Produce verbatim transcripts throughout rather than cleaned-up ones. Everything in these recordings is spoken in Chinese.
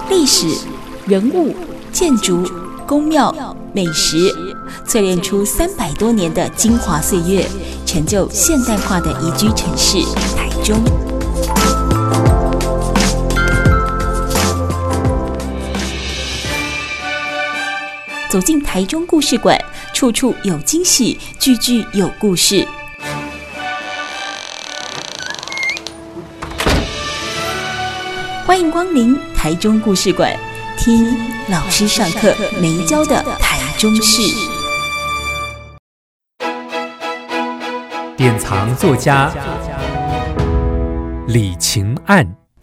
历史、人物、建筑、宫庙、美食，淬炼出三百多年的精华岁月，成就现代化的宜居城市台中。走进台中故事馆，处处有惊喜，句句有故事。欢迎光临台中故事馆，听老师上课没教的台中市。 典藏作家李晴案。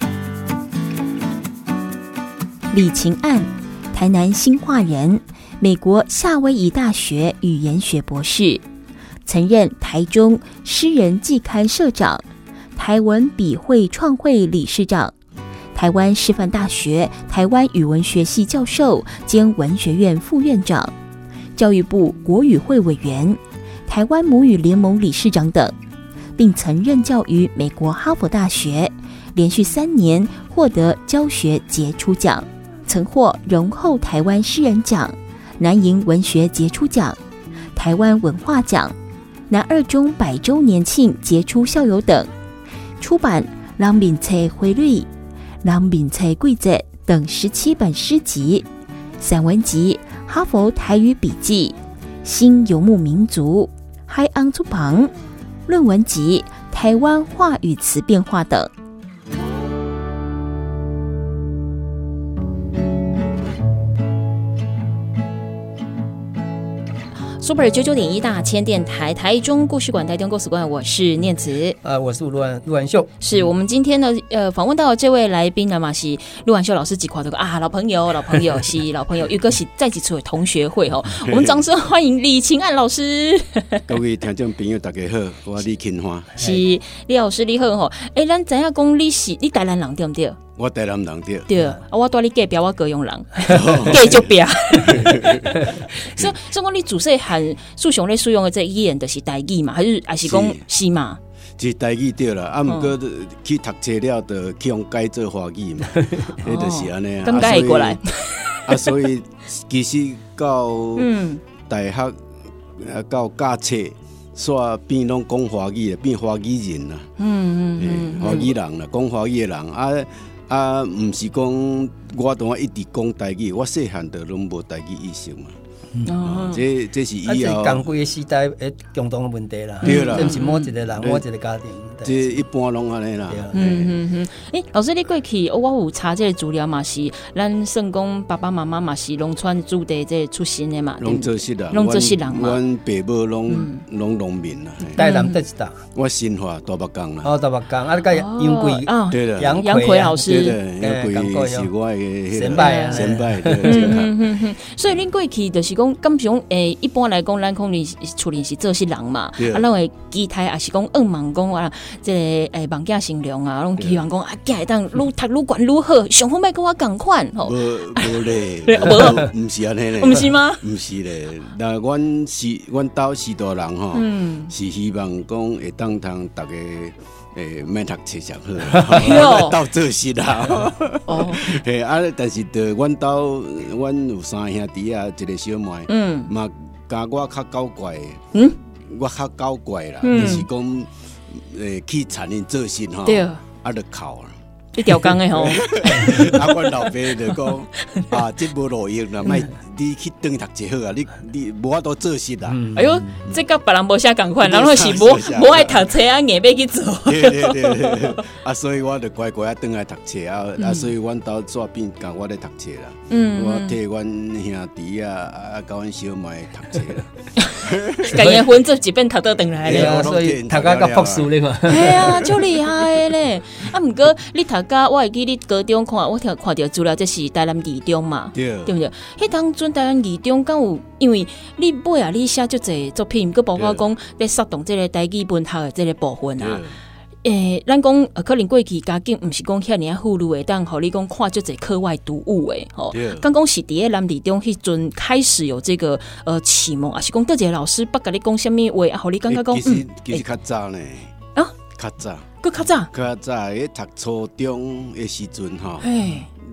李晴案，台南新化人，美国夏威夷大学语言学博士，曾任台中诗人季刊社长、台文笔会创会理事长、台湾师范大学台湾语文学系教授兼文学院副院长，教育部国语会委员、台湾母语联盟理事长等，并曾任教于美国哈佛大学，连续三年获得教学杰出奖，曾获荣后台湾诗人奖、南瀛文学杰出奖、台湾文化奖、南二中百周年庆杰出校友等，出版《人民册回绿》、《人民册贵节》等十七本诗集、散文集《哈佛台语笔记》、新游牧民族、海昂出旁、论文集《台湾话语词变化》等。Super 九九点一大千电台台中故事馆台中故事馆，我是念慈， 呃，我是陆安陆安秀。 是我们今天呢，呃，访问到这位来宾呢嘛是陆安秀老师，几块这个啊，老朋友，老朋友是老朋友，又个是在一处的同学会哦。我们掌声欢迎李晴案老师。 各位听众朋友，大家好，我李晴花。 是李老师你好吼，哎、欸，咱知影讲你是你台南人对不对？ 我台南人对， 对啊，我住你隔壁，我高雄人，隔就壁。所以，所以讲你自细汉素常咧使用的这语言就是台语嘛，还是还是讲是嘛？ 是台语对啦，啊，不过去读册了，就去用改做华语嘛，那就是安尼啊。 刚改过来啊，所以其实到大学啊，到教册。煞变拢讲华语，变华语人啦。嗯嗯嗯，华语人啦，讲华语的人啊啊，唔是讲我同我一直讲台语，我细汉就拢无台语意识嘛。哦，这这是以后讲规个时代诶共同的问题啦。 对啦， 这不是某一个人，某一个家庭。 这一般拢安尼啦。 嗯嗯嗯。诶，老师你过去我有查这个资料嘛，是咱算讲爸爸妈妈嘛是农村子弟这出身的嘛。 拢做事人， 拢做事人嘛。 阮爸母拢拢农民啦。 台南得一搭。 我新化大北港啦。 哦，大北港啊，你个杨贵啊， 对啦， 杨奎老师， 杨奎是我的先辈啊， 先辈。 嗯嗯嗯。所以恁过去就是讲，感想诶，一般来讲，咱可能厝里是做事人嘛，啊，咱会期待也是讲愿望讲啊。这个诶，望囝成龙啊，拢希望讲啊，囝会当愈读愈悬愈好，上好莫跟我共款吼。 无无咧，无，唔是安尼咧， 唔是吗？ 唔是咧，那阮是阮兜时代人吼，是希望讲会当通大家诶免读册上好，斗做事啦。哦，嘿啊，但是着阮兜，阮有三兄弟啊，一个小妹，嗯，嘛加我较搞怪，嗯，我较搞怪啦，就是讲。诶，去田里做事吼，啊，就哭啦， 一条工的吼。 啊，阮老爸就讲啊，这无路用啦，卖你去转去读册好啊，你你无法度做事啦。 哎呦，这甲别人无啥共款，然后是无无爱读册啊，硬要去做。 对对对，啊，所以我就乖乖啊，转来读册啊，啊，所以阮兜煞变甲我咧读册啦。嗯，我替阮兄弟啊，啊，甲阮小妹读册啦。 甲伊分做一遍读倒转来咧， 所以读到甲博士咧嘛。 系啊，足厉害咧！啊，毋过你读到，我会记你高中看，我看看到资料，这是台南二中嘛，对不对？迄当阵台南二中敢有，因为你尾啊，你写足侪作品，佮包括讲咧煽动这个台语文学的这个部分啊。诶，咱讲可能过去家境毋是讲遐尔富裕的，但互你讲看足侪课外读物诶，吼。刚讲是伫个南二中迄阵开始有这个呃启蒙，还是讲倒一个老师捌甲你讲什么话，啊，互你感觉讲嗯，其实较早呢，啊，较早， 佫较早， 较早迄读初中的时阵吼，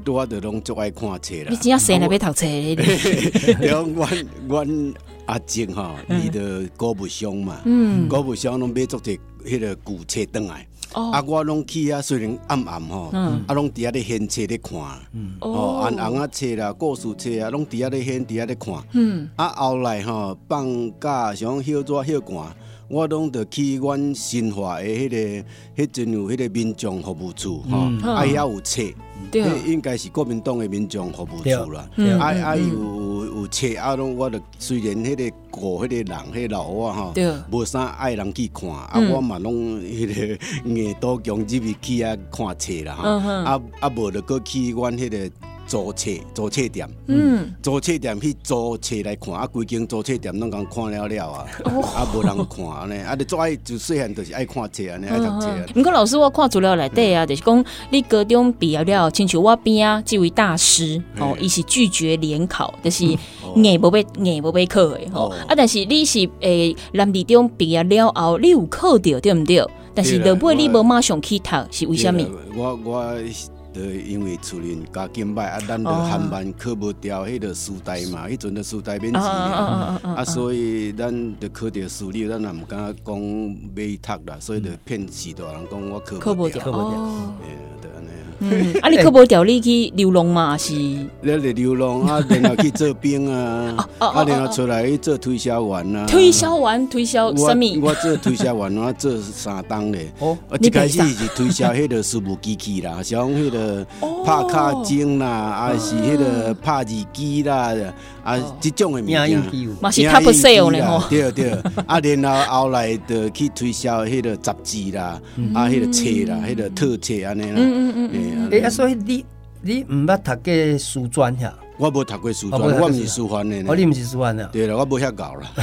我就拢足爱看册啦。 你真正生来要读册咧？ 然后阮阮阿叔吼，伊的古物商嘛，古物商拢买足侪迄个旧册转来。啊，我拢去啊，虽然暗暗吼，啊，拢伫遐咧掀册咧看，哦，红红啊册啦，故事册啊，拢伫遐咧掀，伫遐咧看。啊，后来吼放假想休纸休寒，我拢着去阮新华的迄个，迄阵有迄个民众服务处吼，啊遐有册。迄应该是国民党的民众服务处啦，啊啊有有册啊，拢我着虽然迄个过迄个人，迄老我吼，无啥爱人去看，啊我嘛拢迄个硬刀强入去去啊看册啦吼，啊啊无着搁去阮迄个租册租册店，嗯，租册店去租册来看，啊规间租册店拢共看了了啊，啊无人看安尼，啊你做爱就细汉就是爱看册安尼，爱读册。 毋过老师我看资料内底啊，就是讲你高中毕业了，亲像我边啊这位大师哦，伊是拒绝联考，就是硬无要硬无要考的吼。啊，但是你是诶南二中毕业了后，你有考到对毋对？但是落尾你无马上去读，是为什么？ 我我。就因为厝人家境歹，啊，咱就含慢考不掉迄个师大嘛，迄阵的师大免钱啊，啊，所以咱就考着私立，咱也毋敢讲要去读啦，所以就骗许多人讲我考不掉，考不掉，诶，就安尼。嗯， 啊，你考不掉，你去流浪嘛是？ 你嚟流浪啊，然后去做兵啊，啊，然后出来去做推销员啊。 推销员，推销什么？ 我做推销员，我做三档咧。哦，一开始是推销迄个事务机器啦，像迄个拍卡钟啦，啊是迄个拍字机啦，啊这种的物件。 嘛是 top sale 咧吼。 对对，啊，然后后来就去推销迄个杂志啦，啊，迄个册啦，迄个特册安尼啦。嗯嗯嗯。 诶、欸，啊，所以你你毋捌读过师专遐？ 我无读过师专，我毋是师范的。 哦，你毋是师范的。 对啦，我无遐高啦。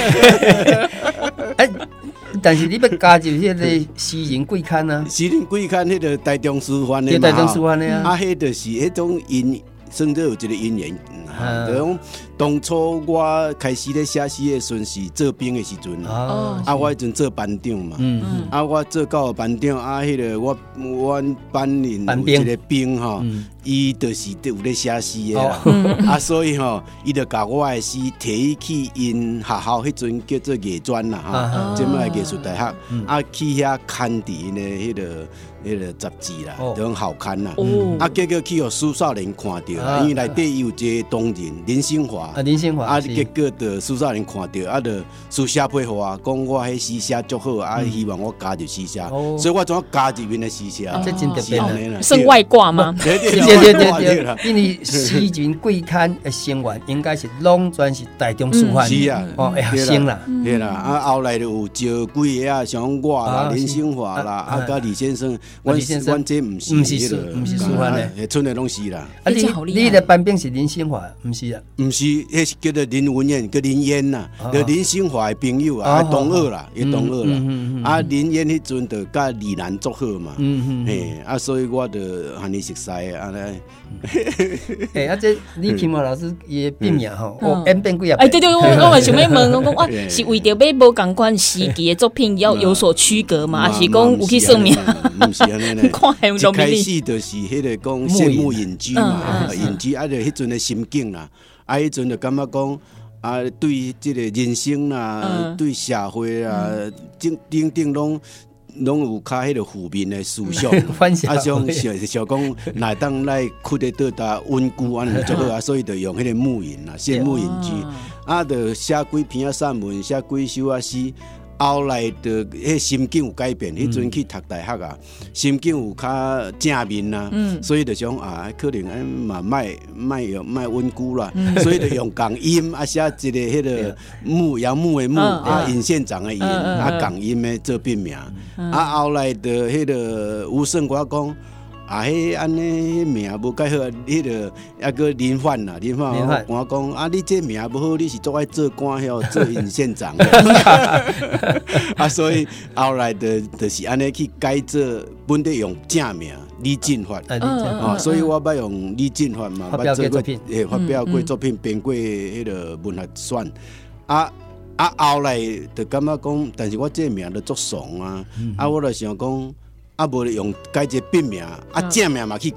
哎，但是你要加入迄个私人季刊啊？ 私人季刊迄个台中师范的嘛， 台中师范的啊。 啊，迄就是迄种因，算做有一个因缘。啊，就讲当初我开始咧写诗的时阵是做兵的时阵，啊，啊我迄阵做班长嘛，嗯嗯，啊我做到班长，啊迄个我我班里有一个兵吼，伊就是有咧写诗的啦，啊所以吼，伊就甲我的诗摕去因学校迄阵叫做艺专啦，哈，即摆艺术大学，啊去遐刊伫因的迄个。迄个杂志啦，就种校刊啦，啊，结果去互苏少年看到啦，因为内底有一个同仁林兴华， 啊，林兴华， 啊，结果就苏少年看到，啊，就苏写配互我，讲我迄诗写足好，啊，希望我加入诗社，所以我怎加入因的诗社， 这真特别啦， 算外挂吗？ 对对对对对，因为诗人季刊的成员应该是拢全是台中师范， 是啊， 哦，学生啦， 对啦，啊，后来就有招几个啊，像我啦，林兴华啦，啊，甲李先生。阮阮这毋是， 毋是师，毋是师范的， 村的拢是啦。 啊，你你的班兵是林兴华，毋是啊？ 毋是，迄是叫做林文燕，叫林燕呐，叫林兴华的朋友啊，同学啦，也同学啦。啊，林燕迄阵就甲李兰作好嘛，嘿，啊，所以我就和你熟悉啊，尼。 哎，啊，这李启茂老师伊的笔名吼，哦，演变几啊？ 哎，对对，我我嘛想要问，我讲哇，是为着要无共款时期的作品要有所区隔嘛，还是讲有去算命？ 毋是安尼咧，一开始就是迄个讲羡慕隐居嘛，隐居啊，就迄阵的心境啦，啊，迄阵就感觉讲啊，对即个人生啦，对社會啦，等等等拢。拢有较迄个负面的思想，啊，像想想讲，来当来哭得到达稳固安尼就好啊，所以就用迄个木隐啦，羡慕隐居，啊，就写几篇啊散文，写几首啊诗。后来的迄心境有改变，迄阵去读大学啊，心境有较正面啦，所以就想啊，可能哎嘛卖卖用卖稳固啦，所以就用港音啊写一个迄个木杨木的木啊，尹县长的尹啊，港音的做笔名，啊后来的迄个吴胜国讲。啊，迄安尼名无介好，迄个抑个林范啦，林范我讲啊，你这名无好，你是做爱做官晓做尹县长，啊，所以后来的就是安尼去改做，本地用正名李进发，啊，所以我捌用李进发嘛， 发表过作品， 诶，发表过作品，编过迄个文学选，啊啊，后来就感觉讲，但是我这名都足怂啊，啊，我就想讲。啊，无用改一个笔名，啊正名嘛去改，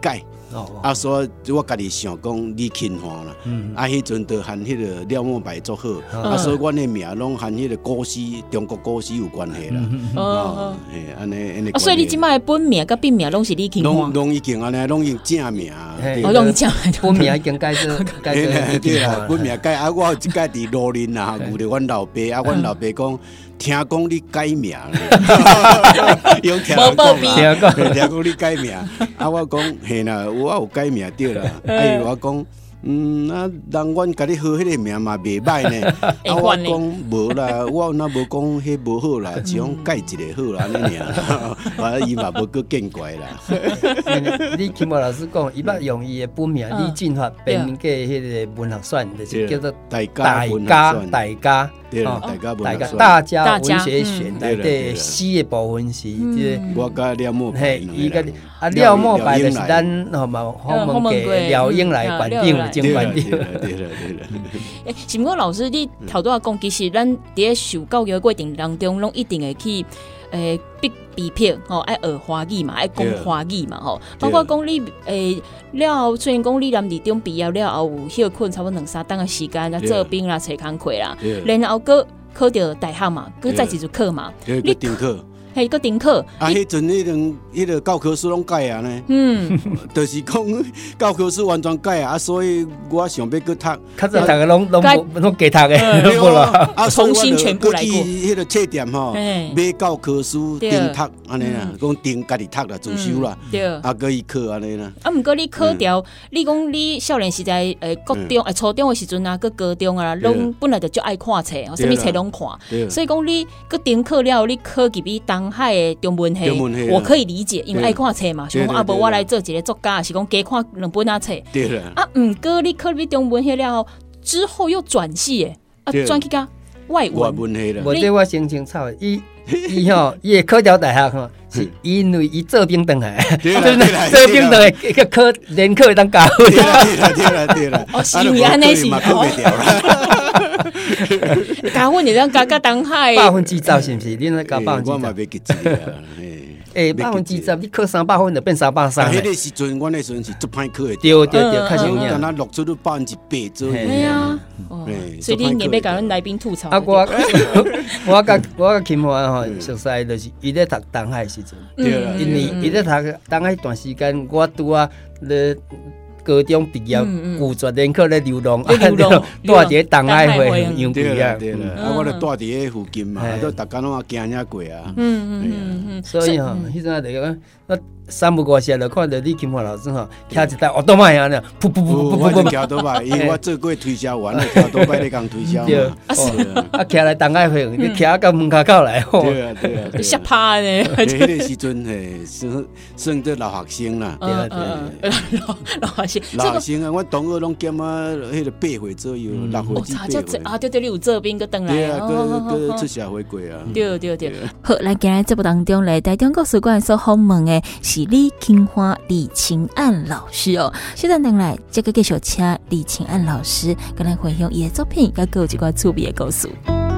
啊，所以我家己想讲李钦华啦，啊，迄阵都和迄个廖墨白做好，啊，所以阮的名拢和迄个古诗、中国古诗有关系啦。哦，嘿，安尼安尼。 啊，所以你即摆本名甲笔名拢是李钦华， 拢拢已经安尼，拢用正名。 哦，拢正本名已经改做改做李钦华。 本名改啊，我有一届伫罗林啊，遇着阮老爸啊，阮老爸讲。听讲你改名，有听讲啦，听讲听讲你改名，啊我讲嘿啦，我有改名对啦，哎我讲嗯啊，人阮甲你号迄个名嘛袂歹呢，啊我讲无啦，我若无讲迄无好啦，只讲改一个好啦，安尼尔，啊伊嘛无搁见怪啦。 李钦华老师讲，伊捌用伊的本名李俊发变名给迄个文学选，就是叫做大家大家。 对啦，大家大家大家文学选内底诗的部分是，即我甲廖墨白， 伊个啊廖墨白就是咱吼嘛，后门给廖英来管定的经管定。 对啦对啦对啦。 诶，是毋过老师你头拄仔讲，其实咱伫咧受教育的过程当中，拢一定会去诶逼逼迫吼，爱学华语嘛，爱讲华语嘛吼。包括讲你诶了后，虽然讲你南二中毕业了后有休困差不多两三档的时间啊，做兵啦、找工课啦，然后搁考到大学嘛，搁再继续考嘛， 你顶课。 还个顶课啊！迄阵迄种迄个教科书拢改啊呢，嗯，就是讲教科书完全改啊，所以我想要去读， 较早读个拢拢拢假读的，无啦， 啊，重新全部来过。 迄个册店吼，买教科书顶读安尼啦，讲顶家己读啦，自修啦，啊，搁伊考安尼啦。 啊，毋过你考调，你讲你少年时代诶，国中诶，初中的时阵啊，搁高中啊，拢本来就足爱看册，啥物册拢看，所以讲你搁顶课了，你考入去当东海的中文系，我可以理解，因为爱看册嘛，想讲啊，无我来做一个作家，是讲加看两本啊册。 对了。 啊，毋过你考入中文系了之后又转系诶，啊，转去甲外文。外文系啦。 无这我先清楚，伊伊吼，伊会考调大学吼，是因为伊做兵回来，做兵回来个考联考当教会。 对啦对啦对啦。 哦，是因为安尼是哦。加分你当加加东海， 百分之十是不是？你那加百分之十， 我嘛袂记住啊。 诶，百分之十，你考三百分就变三百三。 迄个时阵，我那时阵是足歹考的。 对对对，确实有影。 敢若录出都百分之八左右。 对啊，所以你硬要甲咱来宾吐槽。 啊，我我甲我甲钦华吼，熟悉就是伊咧读东海的时阵，对啦，因为伊咧读东海一段时间，我拄啊咧。高中毕业，拒绝联考咧流浪， 流浪， 住伫东海会杨对啦对啦，啊，我咧住伫迄附近嘛，都逐工拢啊行遐过啊。嗯嗯嗯，所以吼，迄阵啊，就讲我三不五时就看到李钦华老师吼，骑一台奥多麦啊，噗噗噗噗噗噗， 骑奥多麦，因为我做过推销员，骑奥多麦咧讲推销嘛。 啊，骑来东海会，你骑到门口口来吼。 对啊对啊， 吓怕呢。 迄个时阵嘿，算算做老学生啦。对啊对啊， 老老学生。 老生啊，我同学拢减啊，迄个八岁左右，六岁至八岁。 啊，对对，你有做兵，佮回来。 对啊，佮佮出社会过啊。 对对对。好，来今日节目当中来台中国史馆所访问的是李钦华、李钦案老师哦。现在等来，这个继续请李钦案老师跟咱分享伊的作品，佮有一寡趣味的故事。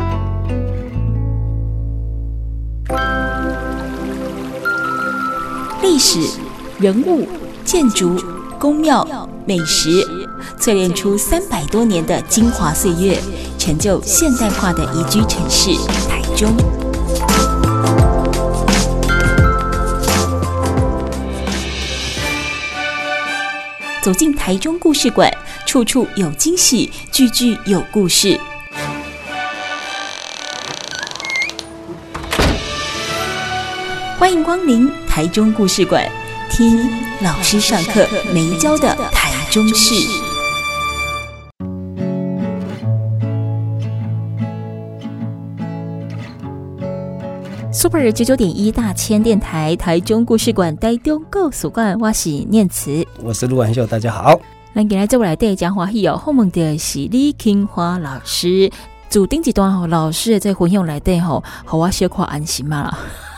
历史、人物、建筑。宫庙、美食，淬炼出三百多年的精华岁月，成就现代化的宜居城市台中。走进台中故事馆，处处有惊喜，句句有故事。欢迎光临台中故事馆。听老师上课没教的台中市。Super 九九点一大千电台台中故事馆台中故事馆，我是念慈， 我是陆婉秀，大家好。 咱今日做来第一讲欢喜哦，后面的是李钦华老师。自顶一段吼，老师的这分享内底吼，互我小可安心嘛啦。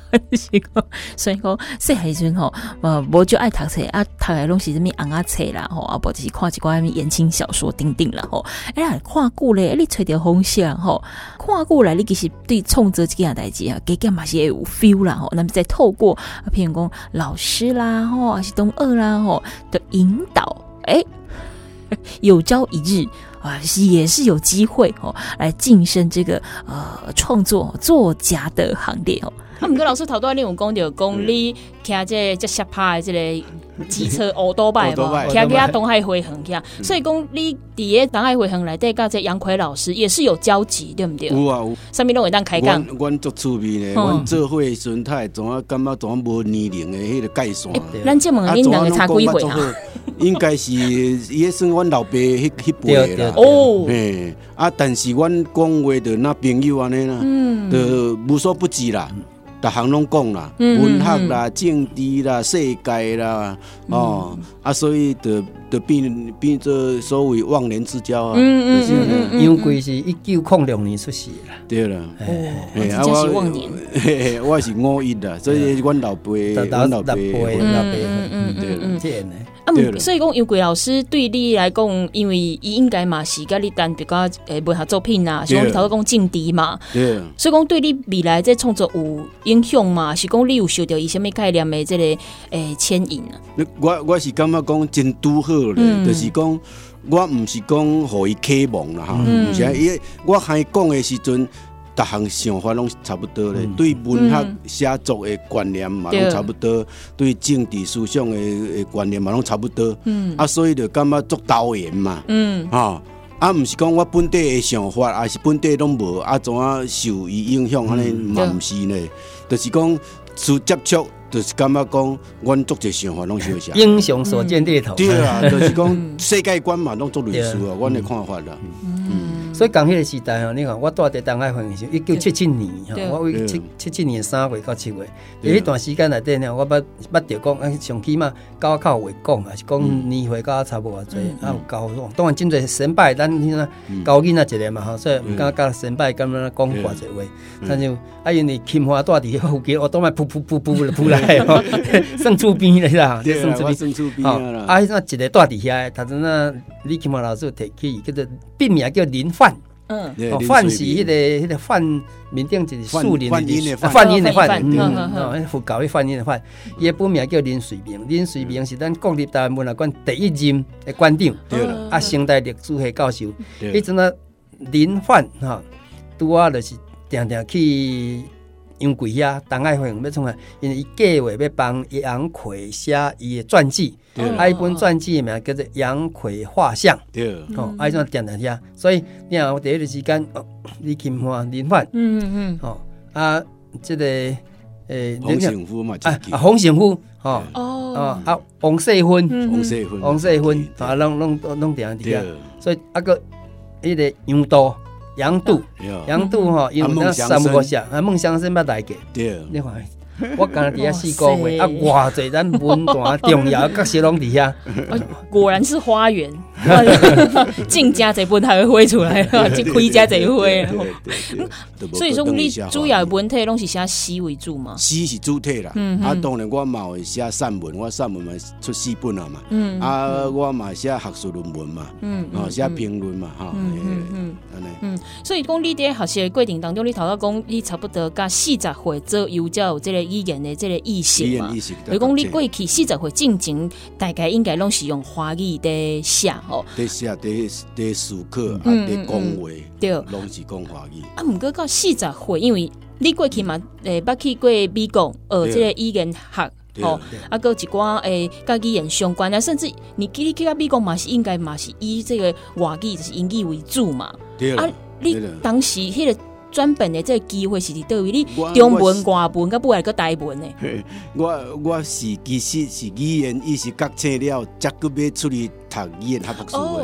是讲，所以讲细汉时阵吼，呃，无就爱读册啊，读的拢是什么红啊册啦吼，啊，无就是看一寡言情小说等等啦吼。哎呀，看久咧，你吹着风声吼，看久来，你其实对创作这件代志啊，加减嘛是会有 feel 啦吼。那么再透过啊，譬如讲老师啦吼，还是同学啦吼的引导，哎、欸，有朝一日。啊，也是有机会哦，来晋升这个呃创作作家的行列哦。啊，毋过老师头拄仔你有讲着讲你骑这这下趴的这个机车乌多摆嘛，骑去啊东海回航去啊，所以讲你伫个东海回航内底，甲这杨奎老师也是有交集，对不对？ 有啊有， 上面拢会当开讲。 阮阮足趣味呢，阮做伙的时阵，他会怎啊感觉怎啊无年龄的迄个界线。 咱这问恁两个差几岁啊？ 应该是伊迄算阮老爸迄迄辈的啦。 哦， 嘿，啊，但是阮讲话就那朋友安尼啦，嗯，就无所不至啦。逐项拢讲啦，文学啦、政治啦、世界啦，哦，啊，所以就就变变做所谓忘年之交啊。 嗯嗯嗯，杨贵是一九零六年出世啦。 对啦， 哦，真是忘年。 我是五一啦，所以阮老爸、阮老爸、 老爸， 嗯嗯对啦，这呢。 啊，所以讲杨贵老师对你来讲，因为伊应该嘛是甲你单比较诶文学作品啦，是讲你头先讲政治嘛， 对， 所以讲对你未来这创作有影响嘛？是讲你有受到伊什么概念的这个诶牵引啊？ 我我是感觉讲真拄好咧，嗯、就是讲我唔是讲互伊启蒙啦哈，唔、嗯、是，因为我还讲的时阵。逐项想法拢差不多咧，嗯、对文学写作的观念嘛拢差不多，对政治思想的观念嘛拢差不多。嗯，啊，所以就感觉足投缘嘛。嗯，哈、哦，啊，唔是讲我本地的想法，还是本地拢无，啊，怎啊受伊影响安尼嘛唔是呢？就是讲受接触，就是感觉讲，阮足侪想法拢相像。 英雄所见略同。 对啊，就是讲世界观嘛，拢足类似啊，阮的看法啦。嗯。 所以讲迄个时代吼，你看我住伫东海份时，一九七七年吼，我为七七七年三月到七月，伫迄段时间内底呢，我捌捌着讲，啊，上起码高考会讲啊，是讲年岁高差不多侪，啊有高讲，当然真侪神拜，咱迄个高囡仔一个嘛吼，所以毋敢甲神拜咁样讲话一话，但是啊因为金花住伫附近，我当然噗噗噗噗噗来吼，算厝边咧啦， 算厝边，算厝边啦。 啊，迄阵一个住伫遐，头先啊李金花老师提起叫做笔名叫林范。嗯，哦，范是迄个迄个范，面顶就是树林的范，范音的范，嗯，哦，佛教的范音的范，伊本名叫林水明，林水明是咱国立台湾文学馆第一任的馆长，对啦，啊，清代历史系教授，迄阵啊，林范哈，拄啊就是定定去杨贵遐东海会要创啊，因为伊计划要帮杨奎写伊的传记。啊，一本传记的名叫做《杨奎画像》，对，哦，啊，种点点遐，所以你看我第一个时间，哦，李金花、林范，嗯嗯嗯，哦，啊，这个诶， 洪承夫嘛， 啊，洪承夫，哦，哦，啊，王世芬， 王世芬， 王世芬，啊，拢拢拢点点遐，所以啊个迄个杨度、杨度、杨度吼，因为那三五个下，啊，孟香生捌来过，对，你看。我刚才伫遐四个月，啊，偌济咱文坛重要角色拢伫遐， 果然是花园，进家这本还会挥出来了，进开家这会。所以说，你主要的文体拢是写诗为主嘛？ 诗是主体啦，啊，当然我嘛会写散文，我散文嘛出四本了嘛，啊，我嘛写学术论文嘛，啊，写评论嘛，哈，嗯嗯嗯，所以讲你伫学习的过程当中，你头先讲你差不多甲四十岁左右才有这个。语言的这个意识嘛，所以讲你过去四十岁进前，大概应该拢是用华语在写吼， 在写、在在思考啊，在讲话，对，拢是讲华语。 啊，毋过到四十岁，因为你过去嘛，诶，捌去过美国，呃，这个语言学。哦，啊，搁一寡诶，甲语言相关啊，甚至你你去到美国嘛，是应该嘛是以这个外语就是英语为主嘛。对啊，你当时迄个。转本的这个机会是伫倒位？你中文、外文，甲不来个台文呢？ 我我是其实是语言意识觉醒了，才搁要出去读语言学博士的。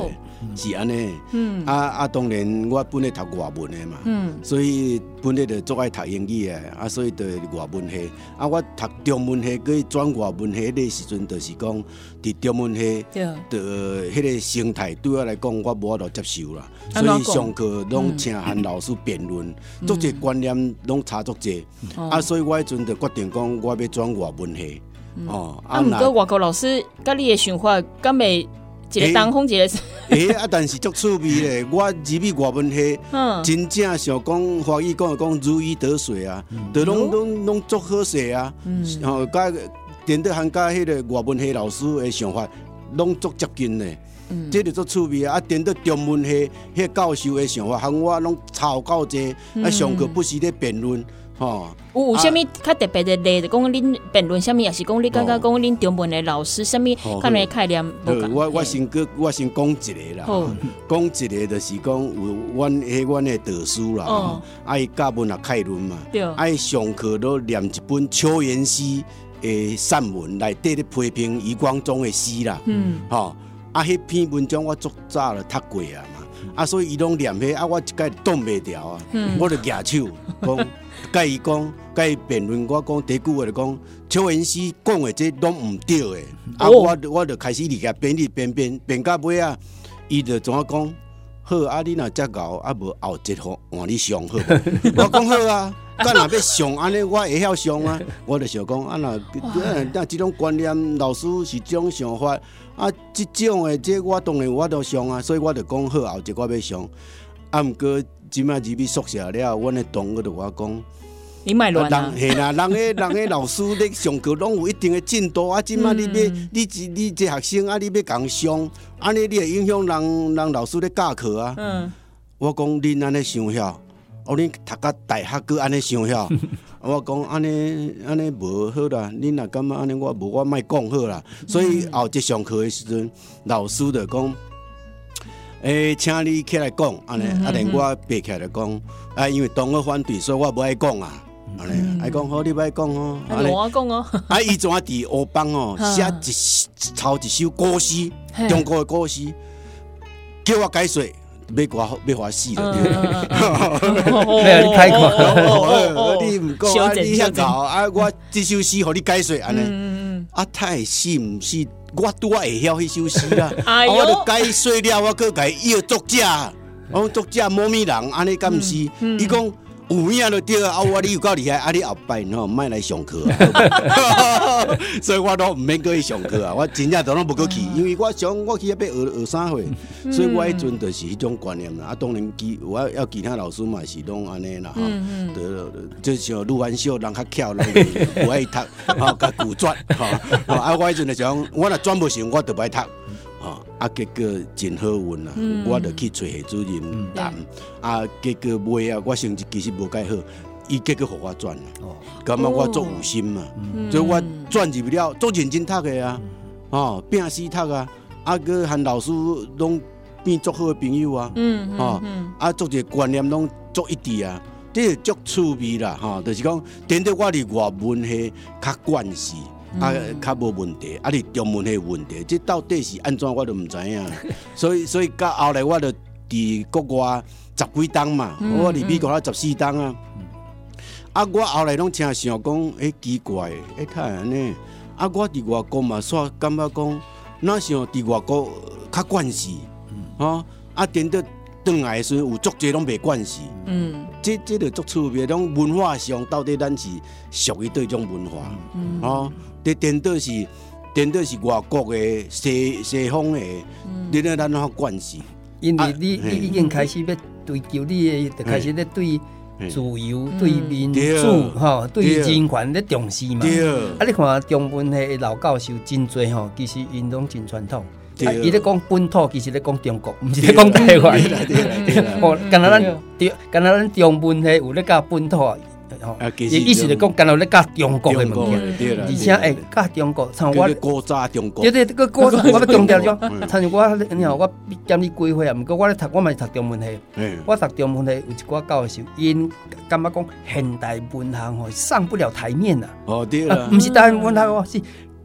是安尼。嗯，啊啊，当然我本来读外文的嘛，嗯，所以本来就最爱读英语的，啊，所以就外文系。啊，我读中文系，去转外文系那时阵，就是讲伫中文系，就迄个生态对我来讲，我无法度接受啦。所以上课拢请韩老师辩论，足侪观念拢差足侪。啊，所以我迄阵就决定讲，我要转外文系。哦， 啊，毋过外国老师甲你的想法，敢袂一个东风一个？ 诶，啊，但是足趣味咧。我入去外文系，真正想讲华语讲讲如鱼得水啊，都拢拢拢足好势啊。吼，甲连得含甲迄个外文系老师的想法，拢足接近咧。这就足趣味啊！啊，连得中文系迄教授的想法，含我拢差够济。啊，上课不时咧辩论。吼， 有有啥物较特别的例？就讲恁辩论啥物，也是讲你感觉讲恁中文的老师啥物，看那概念。 我我先个我先讲一个啦，讲一个就是讲有阮迄阮的导师啦，哦，啊伊教文学概论嘛，啊伊上课都念一本邱元熙的散文内底咧批评余光中的诗啦，嗯，吼，啊迄篇文章我足早就读过啊嘛，啊所以伊拢念迄，啊我一概挡袂掉啊，我就举手讲。甲伊讲，甲伊辩论，我讲第一句话就讲，邱元熙讲的这拢唔对的，啊，我我就开始理解辩理辩辩辩到尾啊，伊就怎啊讲，好啊，你若遮熬，啊无后节互换你上好，我讲好啊，干若要上安尼，我会晓上啊，我就想讲啊，若那这种观念，老师是这种想法，啊，这种的这我当然我都上啊，所以我就讲好后节我要上，啊，毋过。今仔入去宿舍了，阮的同学就我讲， 你卖乱啊！ 人啦，人个人个老师咧上课拢有一定的进度啊。今仔你要你你这学生啊，你要共上，安尼你会影响人人老师咧教课啊。嗯，我讲恁安尼想遐，哦，恁读到大学搁安尼想遐，我讲安尼安尼无好啦。恁若感觉安尼，我无我莫讲好啦。所以后一上课的时阵，老师就讲。诶，请你起来讲，安尼，啊，连我爬起来讲，啊，因为同学反对，所以我不爱讲啊，安尼，爱讲好，你不爱讲哦， 安尼，我讲哦， 啊，伊怎啊伫黑板哦，写一抄一首古诗，中国的古诗，叫我解说，要我要我死了， 没有你太快， 你唔讲啊，你遐搞啊，我这首诗互你解说，安尼，啊，太死唔死。我拄啊会晓迄首诗啦，啊，我著解说了，我搁甲伊要作者，我讲作者某咪人，安尼敢毋是？伊讲有影就对啊，我你有够厉害，啊你后摆吼莫来上课啊，所以我都毋免搁去上课啊，我真正都拢无搁去，因为我想我去遐要学学啥货，所以我迄阵就是迄种观念啦。啊，当然其我要其他老师嘛是拢安尼啦，吼，就像陆安秀人较巧，人有爱读，吼，甲古转，吼，啊我迄阵就想，我若转不成，我就不爱读。啊，结果真好运啊！嗯、我就去找系主任谈，嗯、啊，结果尾啊，我成绩其实无介好，伊结果互我转了，感觉我足有心嘛，嗯、所以我转入了，足认真读的啊，哦，拼死读啊，啊，佮和老师拢变足好的朋友啊，嗯嗯、哦，啊，足个观念拢足一致啊，这是足趣味啦，哈、哦，就是讲，点得我伫外文系较关系。啊，较无问题，啊，你中文系问题，这到底是安怎我都唔知影。所以，所以到后来我就伫国外十几档嘛，嗯、我伫美国十四档啊。嗯、啊，我后来拢真想讲，诶、欸，奇怪，诶、欸，太安尼。啊，我伫外国嘛，煞感觉讲，哪像伫外国较惯势，嗯、啊，啊，等到转来的时候有足侪拢袂惯势。嗯，这这就足趣味，种文化上到底咱是属于对种文化，嗯、啊。这颠倒是颠倒是外国的西西方的，你咧咱哪关系？ 因为你你已经开始要追求你的，就开始咧对自由、对民主、吼、对人权咧重视嘛。啊，你看中文的老教授真多吼，其实因拢真传统。啊，伊咧讲本土，其实咧讲中国，毋是咧讲台湾。哦，敢若咱敢若咱中文的有咧教本土。啊，意思就讲，干到咧教中国的物件，而且诶，教中国，像我古早中国， 对对，个古早我要强调种，像是我，你好，我兼你规划啊，毋过我咧读，我嘛是读中文系，我读中文系有一寡教授，因感觉讲现代文学吼上不了台面呐。 哦，对啦， 毋是台湾文学哦，是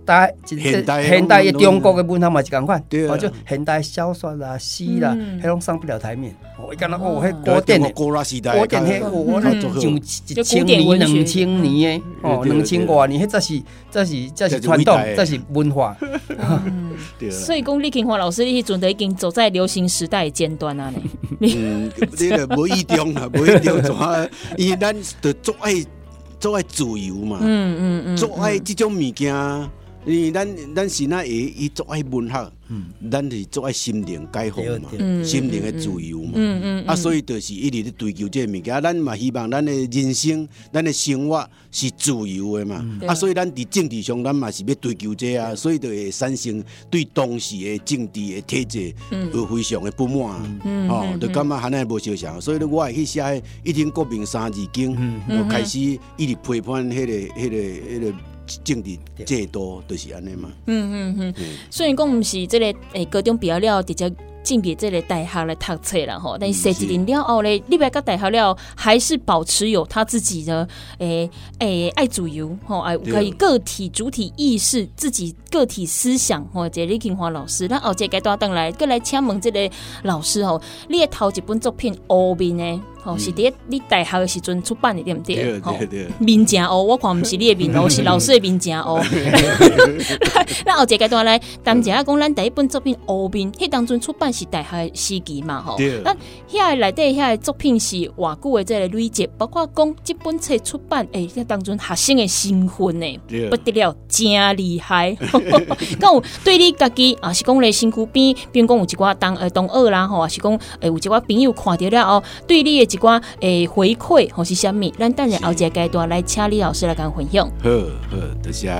代现代现代的中国的文学嘛是共款， 对啊， 就现代小说啦、诗啦，迄拢上不了台面。我讲到哦，迄古典的古拉时代， 古典迄我那像一千年、两千年的哦，两千多年，迄这是这是这是传统，这是文化。 所以讲李庆华老师，你迄阵就已经走在流行时代的尖端啊！ 嗯，你个无意中啊，无意中怎啊？因为咱就做爱做爱自由嘛，嗯嗯嗯，做爱这种物件。因为咱咱是那会伊做爱文学，嗯，咱是做爱心灵解放嘛，嗯、心灵的自由嘛，嗯嗯嗯、啊，所以就是一直在追求这个物件。咱嘛希望咱的人生、咱的生活是自由的嘛，嗯、啊，所以咱伫政治上，咱嘛是要追求这啊，所以就会产生对当时的政治的体制有非常的不满，嗯、哦，就感觉安尼无相像，所以我会去写《一天革命三字经》，嗯、就开始一直批判迄、那个、迄、那个、迄、那个。政治制度就是安尼嘛。嗯嗯嗯。虽然讲毋是这个诶高中毕业了直接进入这个大学来读册啦吼，但是实际了后咧，你别个大学了还是保持有他自己的诶诶爱自由吼，爱可以个体主体意识，自己个体思想吼。这李庆华老师，咱后一个段等来，过来请问这个老师吼，你的头一本作品《乌面》呢？吼、哦，是伫你大学的时阵出版的，对不对？ 对对对。 面真乌，我看不是你的面乌，是老师的面真乌。咱后一个阶段来谈一下，讲咱第一本作品《乌面》，迄当阵出版是大学的时期嘛，吼。咱遐内底遐作品是偌久的这个累积，包括讲这本册出版，诶、欸，迄当阵学生的身份呢，不得了，真厉害。讲有对你家己啊，是讲咧身躯边，比如讲有一寡同呃同学啦，吼，是讲诶有一寡朋友看到了后，对你的一寡诶回馈或是啥物，咱等下后一个阶段来请李老师来跟分享。 好好，多谢。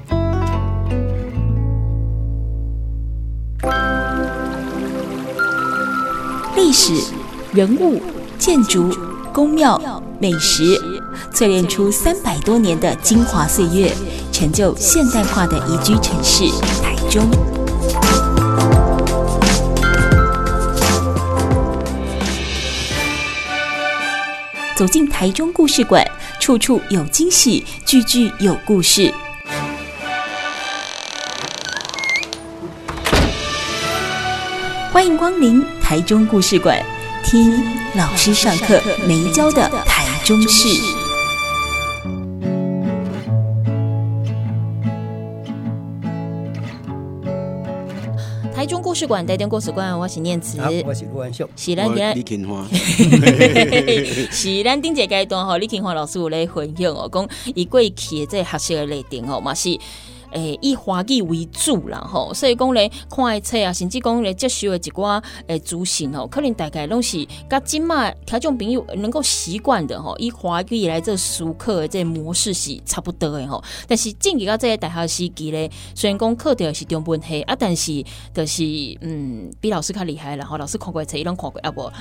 历史、人物、建筑、宫庙、美食，淬炼出三百多年的精华岁月，成就现代化的宜居城市台中。走进台中故事馆，处处有惊喜，句句有故事。欢迎光临台中故事馆，听老师上课没教的台中市。台中故事馆，台中故事馆，我是念慈， 我是陆安秀， 是咱今李庆华， 是咱顶一个阶段吼，李庆华老师有来分享哦，讲伊过去的这学习的内容哦，嘛是。诶，以华语为主啦吼，所以讲咧，看的册啊，甚至讲咧接受的一寡诶资讯吼，可能大概拢是甲今麦听众朋友能够习惯的吼，以华语来这授课的这模式是差不多的吼。但是进入到这个大学时期咧，虽然讲课的是中文系啊，但是就是嗯，比老师较厉害啦吼，老师看过的册伊拢看过啊无？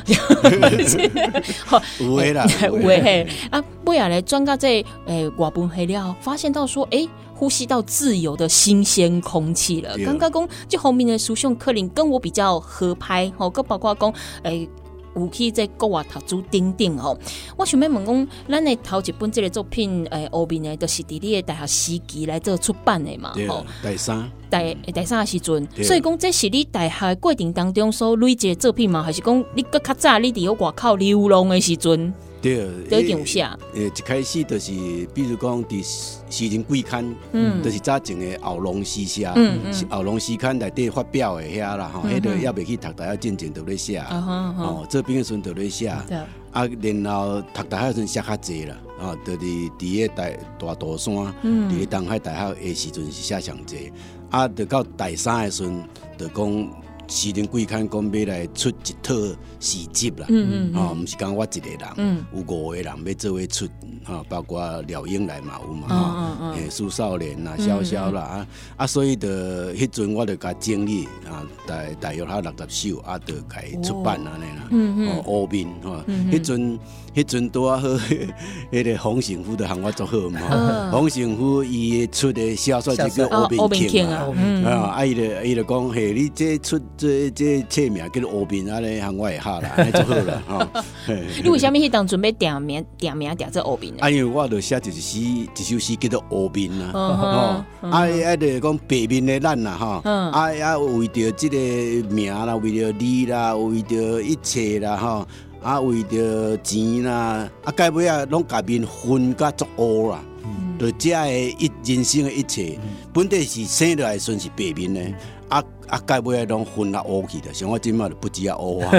有诶啦， 有诶啊，尾下咧转到这诶外文系了，发现到说诶。呼吸到自由的新鲜空气了。刚刚讲这方面的思想可能跟我比较合拍，吼，佮包括讲诶。有去在国外读书等等吼，我想要问讲，咱的头一本这个作品，诶，后面呢，就是伫你的大学时期来做出版的嘛， 吼，第三， 第第三个时阵，所以讲这是你大学过程当中所累积的作品嘛，还是讲你搁较早你伫外口流浪的时阵？ 对， 都已经有写。 诶，一开始就是，比如讲，伫诗人季刊，嗯，就是早前的后龙诗社，嗯嗯，后龙诗刊内底发表的遐啦，吼，迄个也未去读大学进前就咧写，哦，这边的时阵就咧写，啊，然后读大学的时阵写较济啦，啊，就是伫个大大肚山，伫个东海大学的时阵是写上济，啊，就到第三个时阵就讲。诗人季刊讲要来出一套诗集啦，嗯嗯，哦，毋是讲我一个人，嗯，有五个人要做伙出，哈，包括廖英来嘛有嘛，哈、嗯，诶、嗯，苏少年啦、潇潇啦，啊，啊，所以的迄阵我就甲整理啊， 大大约他六十首啊，就开出版安尼啦。 嗯嗯， 哦，乌面吼，迄阵迄阵拄啊好，迄个洪承夫的行我足好嘛。洪承夫伊出的小说就叫乌面庆啊，啊，啊伊就伊就讲嘿，你这出这这册名叫做乌面安尼，行我会下啦，安尼足好啦吼。 你为虾米迄当准备点名点名点这乌面呢？ 啊，因为我著写一诗，一首诗叫做乌面啊，吼，啊，啊，就讲白面的咱啦，吼，啊啊，为着即个名啦，为着你啦，为着一切啦，吼，啊，为着钱啦，啊，到尾啊，拢甲面分甲足乌啦，就这个一人生的一切，本地是生落来算是白面的，啊啊，到尾啊，拢分啊乌去的，像我即马就不止啊乌啊。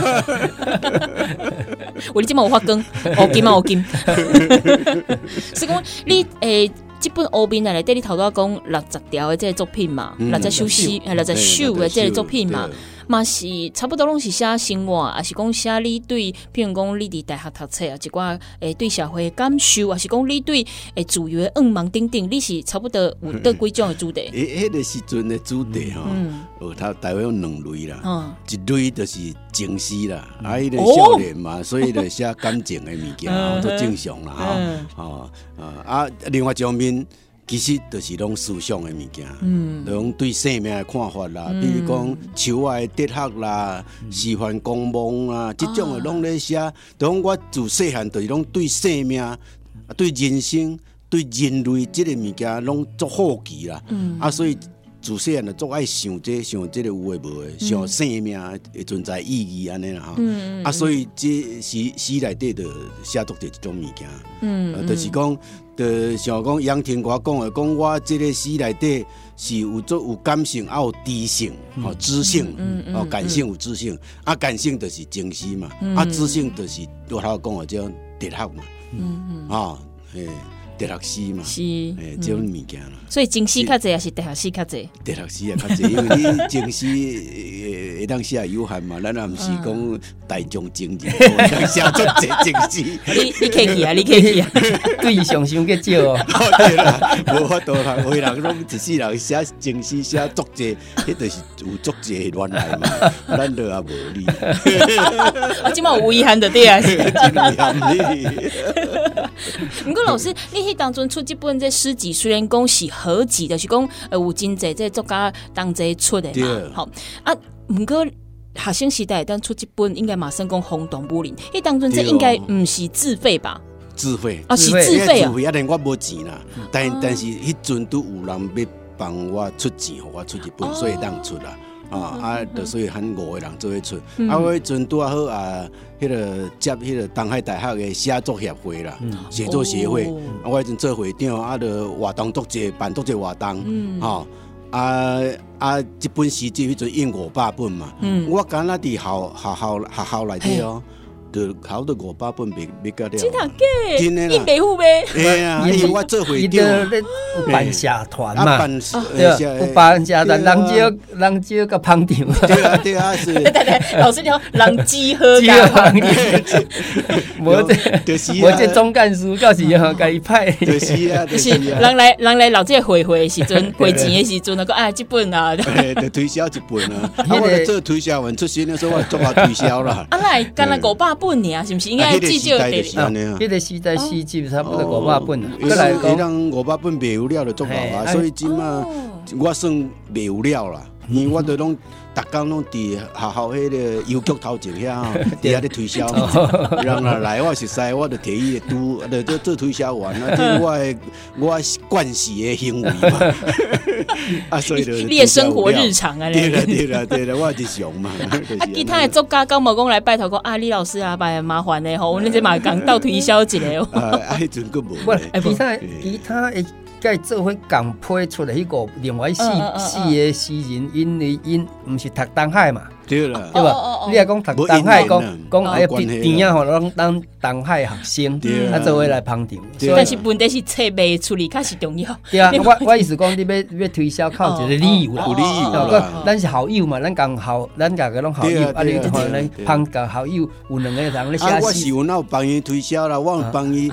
我你即马有发光，乌金嘛乌金。是讲你诶。这本乌面内底，你头拄讲六十条的这个作品嘛，六十首诗，六十首的这个作品嘛，嘛是差不多拢是写生活，还是讲写你对，譬如讲你伫大学读册啊，一寡诶对社会的感受，还是讲你对诶自由的愿望等等，你是差不多有得几种的主题？ 诶，迄个时阵的主题吼，有他台湾有两类啦，一类就是情诗啦，啊，迄个少年嘛，所以就写感情的物件，都正常啦，吼，哦，啊，另外一方面。其实就是拢思想的物件，嗯，拢对生命的看法啦，比如讲求爱哲学啦、示范光芒啊，这种的拢咧写。就讲我自细汉就是拢对生命、对人生、对人类这个物件拢足好奇啦，嗯，啊，所以自细汉就足爱想这想这个有诶无诶，想生命的存在意义安尼啦，嗯，啊，所以这诗诗内底就写作者一种物件，嗯，就是讲。就像讲杨天华讲的，讲我这个诗内底是有做有感性，也有知性，吼知性，哦感性有知性，啊感性就是情绪嘛，啊知性就是我头讲的叫哲学嘛，嗯嗯，啊诶哲学诗嘛， 是诶这种物件啦。 所以情诗较济，还是哲学诗较济？ 哲学诗也较济，因为你情诗会当写有限嘛，咱也毋是讲大众情人，会当写足济情诗。 你你客气啊，你客气啊， 对象伤个少哦。 对啦，无法度啦，有人拢一世人写情诗写足济，迄就是有足济原来嘛，咱就也无理。 我今嘛有遗憾的对啊， 真遗憾你。 不过老师，你迄当中出这本这诗集，虽然讲是合集的，是讲呃有真济这作家同齐出的嘛，好啊。不过学生时代当出这本，应该马上讲轰动武林。迄当中这应该不是自费吧？ 自费啊，是自费啊。 自费啊，连我无钱啦，但但是迄阵都有人要帮我出钱，互我出一本，所以当出啦。啊啊，就所以喊五个人做伙出。啊，我迄阵拄啊好啊。迄个接迄个东海大学的写作协会啦，写作协会，啊，我迄阵做会长，啊，就活动足济，办足济活动，吼，啊啊，一本诗集迄阵印五百本嘛，我敢若伫校学校学校内底哦。就考到五百本袂袂到了， 真假？ 真的啦， 你白付呗？ 哎呀，因为我做会长， 有办社团嘛， 对， 有办社团，人少人少个捧场， 对啊对啊是。 对对对，老师你好，人饥喝个捧场，无这就是无这总干事到时吼，甲伊派， 就是啊， 就是人来人来老这会会的时阵，会钱的时阵，那个哎这本啊， 就推销一本啊，啊我做推销员出身的时候，我做下推销啦。 啊来，干那五百本。本呢？是不是应该至少得？ 迄个时代诗集差不多五百本， 过来讲，人五百本卖有了就足够啊，所以即马我算卖有了啦，因为我都拢。逐工拢伫学校迄个邮局头前遐吼，伫遐咧推销嘛，人若来我熟悉，我就摕伊个拄，就做做推销员啊，这我的我惯势的行为嘛。啊，所以就你的生活日常啊， 对啦对啦对啦，我日常嘛。 啊，其他的作家刚无讲来拜托讲啊，李老师啊，拜麻烦的吼，我那这嘛讲到推销一下哦。 啊，迄阵佫无。 其他其他的。该做伙共批出来迄个另外四四个诗人，因为因毋是读东海嘛， 对啦， 对吧？你若讲读东海，讲讲哎边啊吼，拢当东海学生，啊做伙来捧场。 但是问题是册卖出去较是重要。 对啊，我我意思讲，你要要推销靠一个理由啦， 有理由啦。 咱是好友嘛，咱共好，咱家个拢好友，啊你吼咱捧个好友，有两个人咧写诗。 我是有那帮伊推销啦，我有帮伊。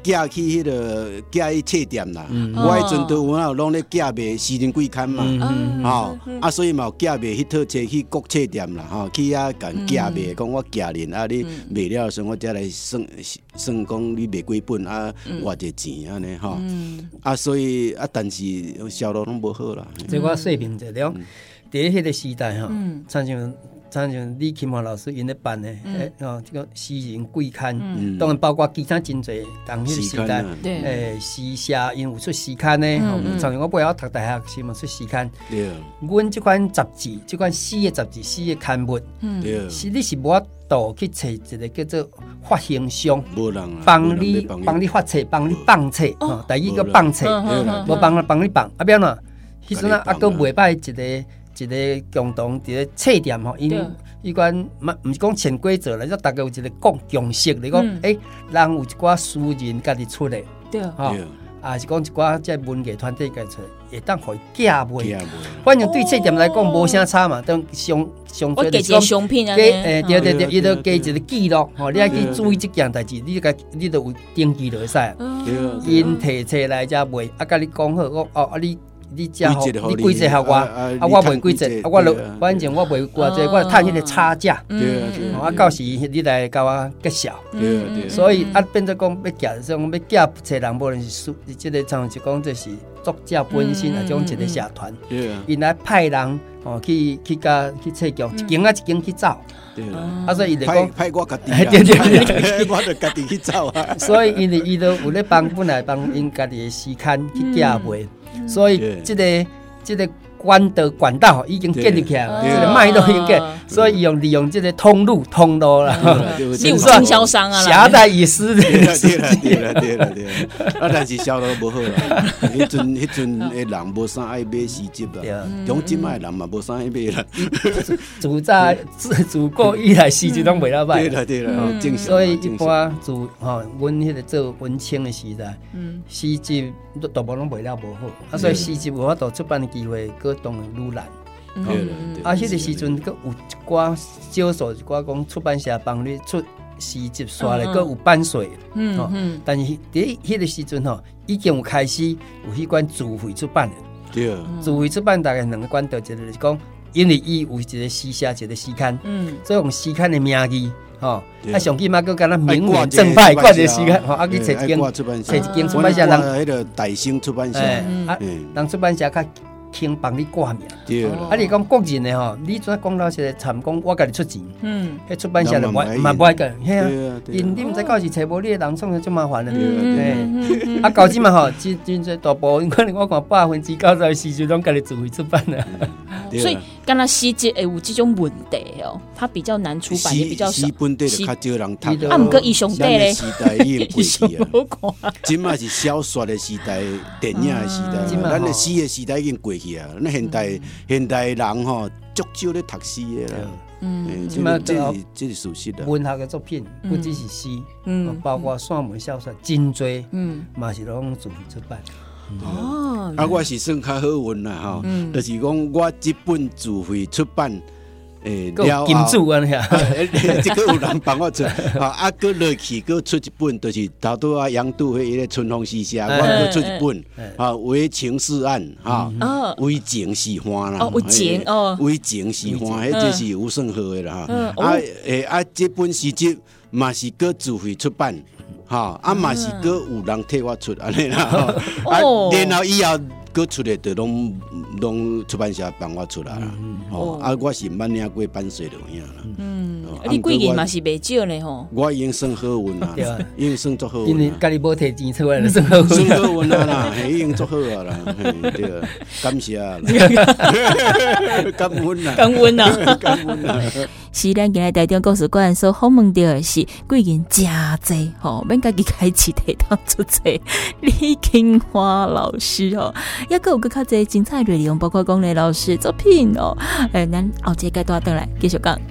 寄去迄个寄去册店啦。我迄阵都有拢咧寄卖私人季刊嘛，吼啊，所以嘛寄卖迄套册去国册店啦，吼去遐甲寄卖，讲我寄恁啊，你卖了时我再来算算讲你卖几本啊，偌济钱安尼吼。啊，所以啊，但是销路拢无好啦。 即我说明者了，伫迄个时代吼，像像。像像李钦华老师因咧办的，诶、嗯，哦，这个诗人季刊，嗯、当然包括其他真侪当迄个时代，诶，诗社因有出诗刊呢。嗯嗯、像我本来我读大学时嘛出诗刊，对，阮这款杂志，这款诗的杂志、诗的刊物，对，是你是无法度去找一个叫做发行商，无人帮你帮你发册，帮你放册，吼，第一个放册，无帮帮你放，啊，变哪？迄阵啊，啊，佫袂歹一个。一个共同伫咧册店吼，因伊款毋是讲潜规则啦，就大概有一个共共识嚟讲，诶、嗯欸，人有一寡诗人家己出嚟，对，吼，啊是讲一寡即文艺团体家出来，会当互伊寄卖。反正对册店来讲无啥差嘛，当上上最就是讲商品啊， 诶，对对对，伊都加一个记录，吼，你爱去注意即件代志，你个你都有登记落会使。因摕册来遮卖，啊，甲你讲好，我哦啊你。你只好，你规则互我，啊我卖规则，啊我落，反正我卖偌济，我趁迄个差价，啊到时你来甲我结销，所以啊变做讲要寄，种要寄册人无论是书，即个像是讲就是作者本身啊，种一个社团，因来派人哦去去甲去册局一间啊一间去走。啊，所以伊就讲派我家己，对对对，我就家己去走啊。 所以因为伊都有咧帮本来帮因家己的时刊去寄卖。所以这个这个管道管道已经建立起来了，这个脉络已经建，所以用利用这个通路通路啦， 你有经销商啊， 狭带以私的， 对了对了对了对了，啊，但是销路无好啦，迄阵迄阵的人无啥爱买诗集啦，中即卖人嘛无啥爱买啦， 自早自自古以来诗集拢袂了歹， 对了对了，正常。 所以一般自吼，阮迄个做文青的时代，诗集都大部拢卖了无好，啊，所以诗集有法度出版的机会，个当然愈难。啊，迄个时阵，佫有一寡少数一寡讲出版社帮你出诗集刷咧，佫有版税。嗯嗯。但是伫迄个时阵吼，已经有开始有迄款自费出版的。对。自费出版大概两个管道，一个就是讲，因为伊有一个诗社，一个诗刊，嗯，所以用诗刊的名义。吼，啊，上起码佫敢若名门正派挂一个时间，吼，啊去找一间，找一间出版社，人迄个大兴出版社， 啊，人出版社较轻帮你挂名。对，啊，你讲国人的吼，你怎讲老实参讲，我家己出钱，嗯，迄出版社就买嘛买个，嘿啊，因你毋知到时找无你的人，创就真麻烦了，对，啊，到即嘛吼，真真侪大部分可能我看百分之九十的时阵拢家己自费出版了。 所以，敢若诗集会有这种问题哦，它比较难出版，也比较少。 诗本地就较少人读， 啊，毋过伊上底咧， 时代已经过去啊。今嘛是小说的时代，电影的时代，咱的诗的时代已经过去啊。那现代现代人吼，足少咧读诗的啦。嗯，即嘛这是这是事实啦。 文学的作品不只是诗，嗯，包括散文小说真多，嗯，嘛是拢自费出版。 哦，啊，我是算较好运啦吼，嗯、就是讲我这本自费出版，诶、欸， 了金主啊， 这个有人帮我出，啊，搁落去搁出一本，就是头拄啊杨度迄个春风诗社，我搁出一本，啊，为情是岸，哈，为情是花啦， 哦，为情哦， 为情是花，迄这是有算好的啦，啊，诶啊，这本诗集嘛是搁自费出版。哈，啊嘛是搁有人替我出安尼啦，啊，然后以后搁出来就拢拢出版社帮我出来啦，哦，啊我是捌领过版税就有影啦，嗯， 你几年嘛是袂少咧吼， 我已经算好运啦，已经算足好运， 因为家己无摕钱出来就算好运， 算好运啦啦，已经足好啊啦，对，感谢啊，感恩啊， 感恩啊， 感恩啊。 是咱今日台中故事馆所访问到的是贵人真济吼，免家己开市地当出册李金花老师吼，也佫有佫较侪精彩内容，包括讲咧老师作品哦。诶，咱后一个阶段转来继续讲。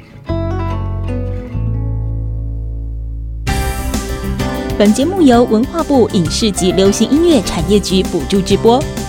本节目由文化部影视及流行音乐产业局补助直播。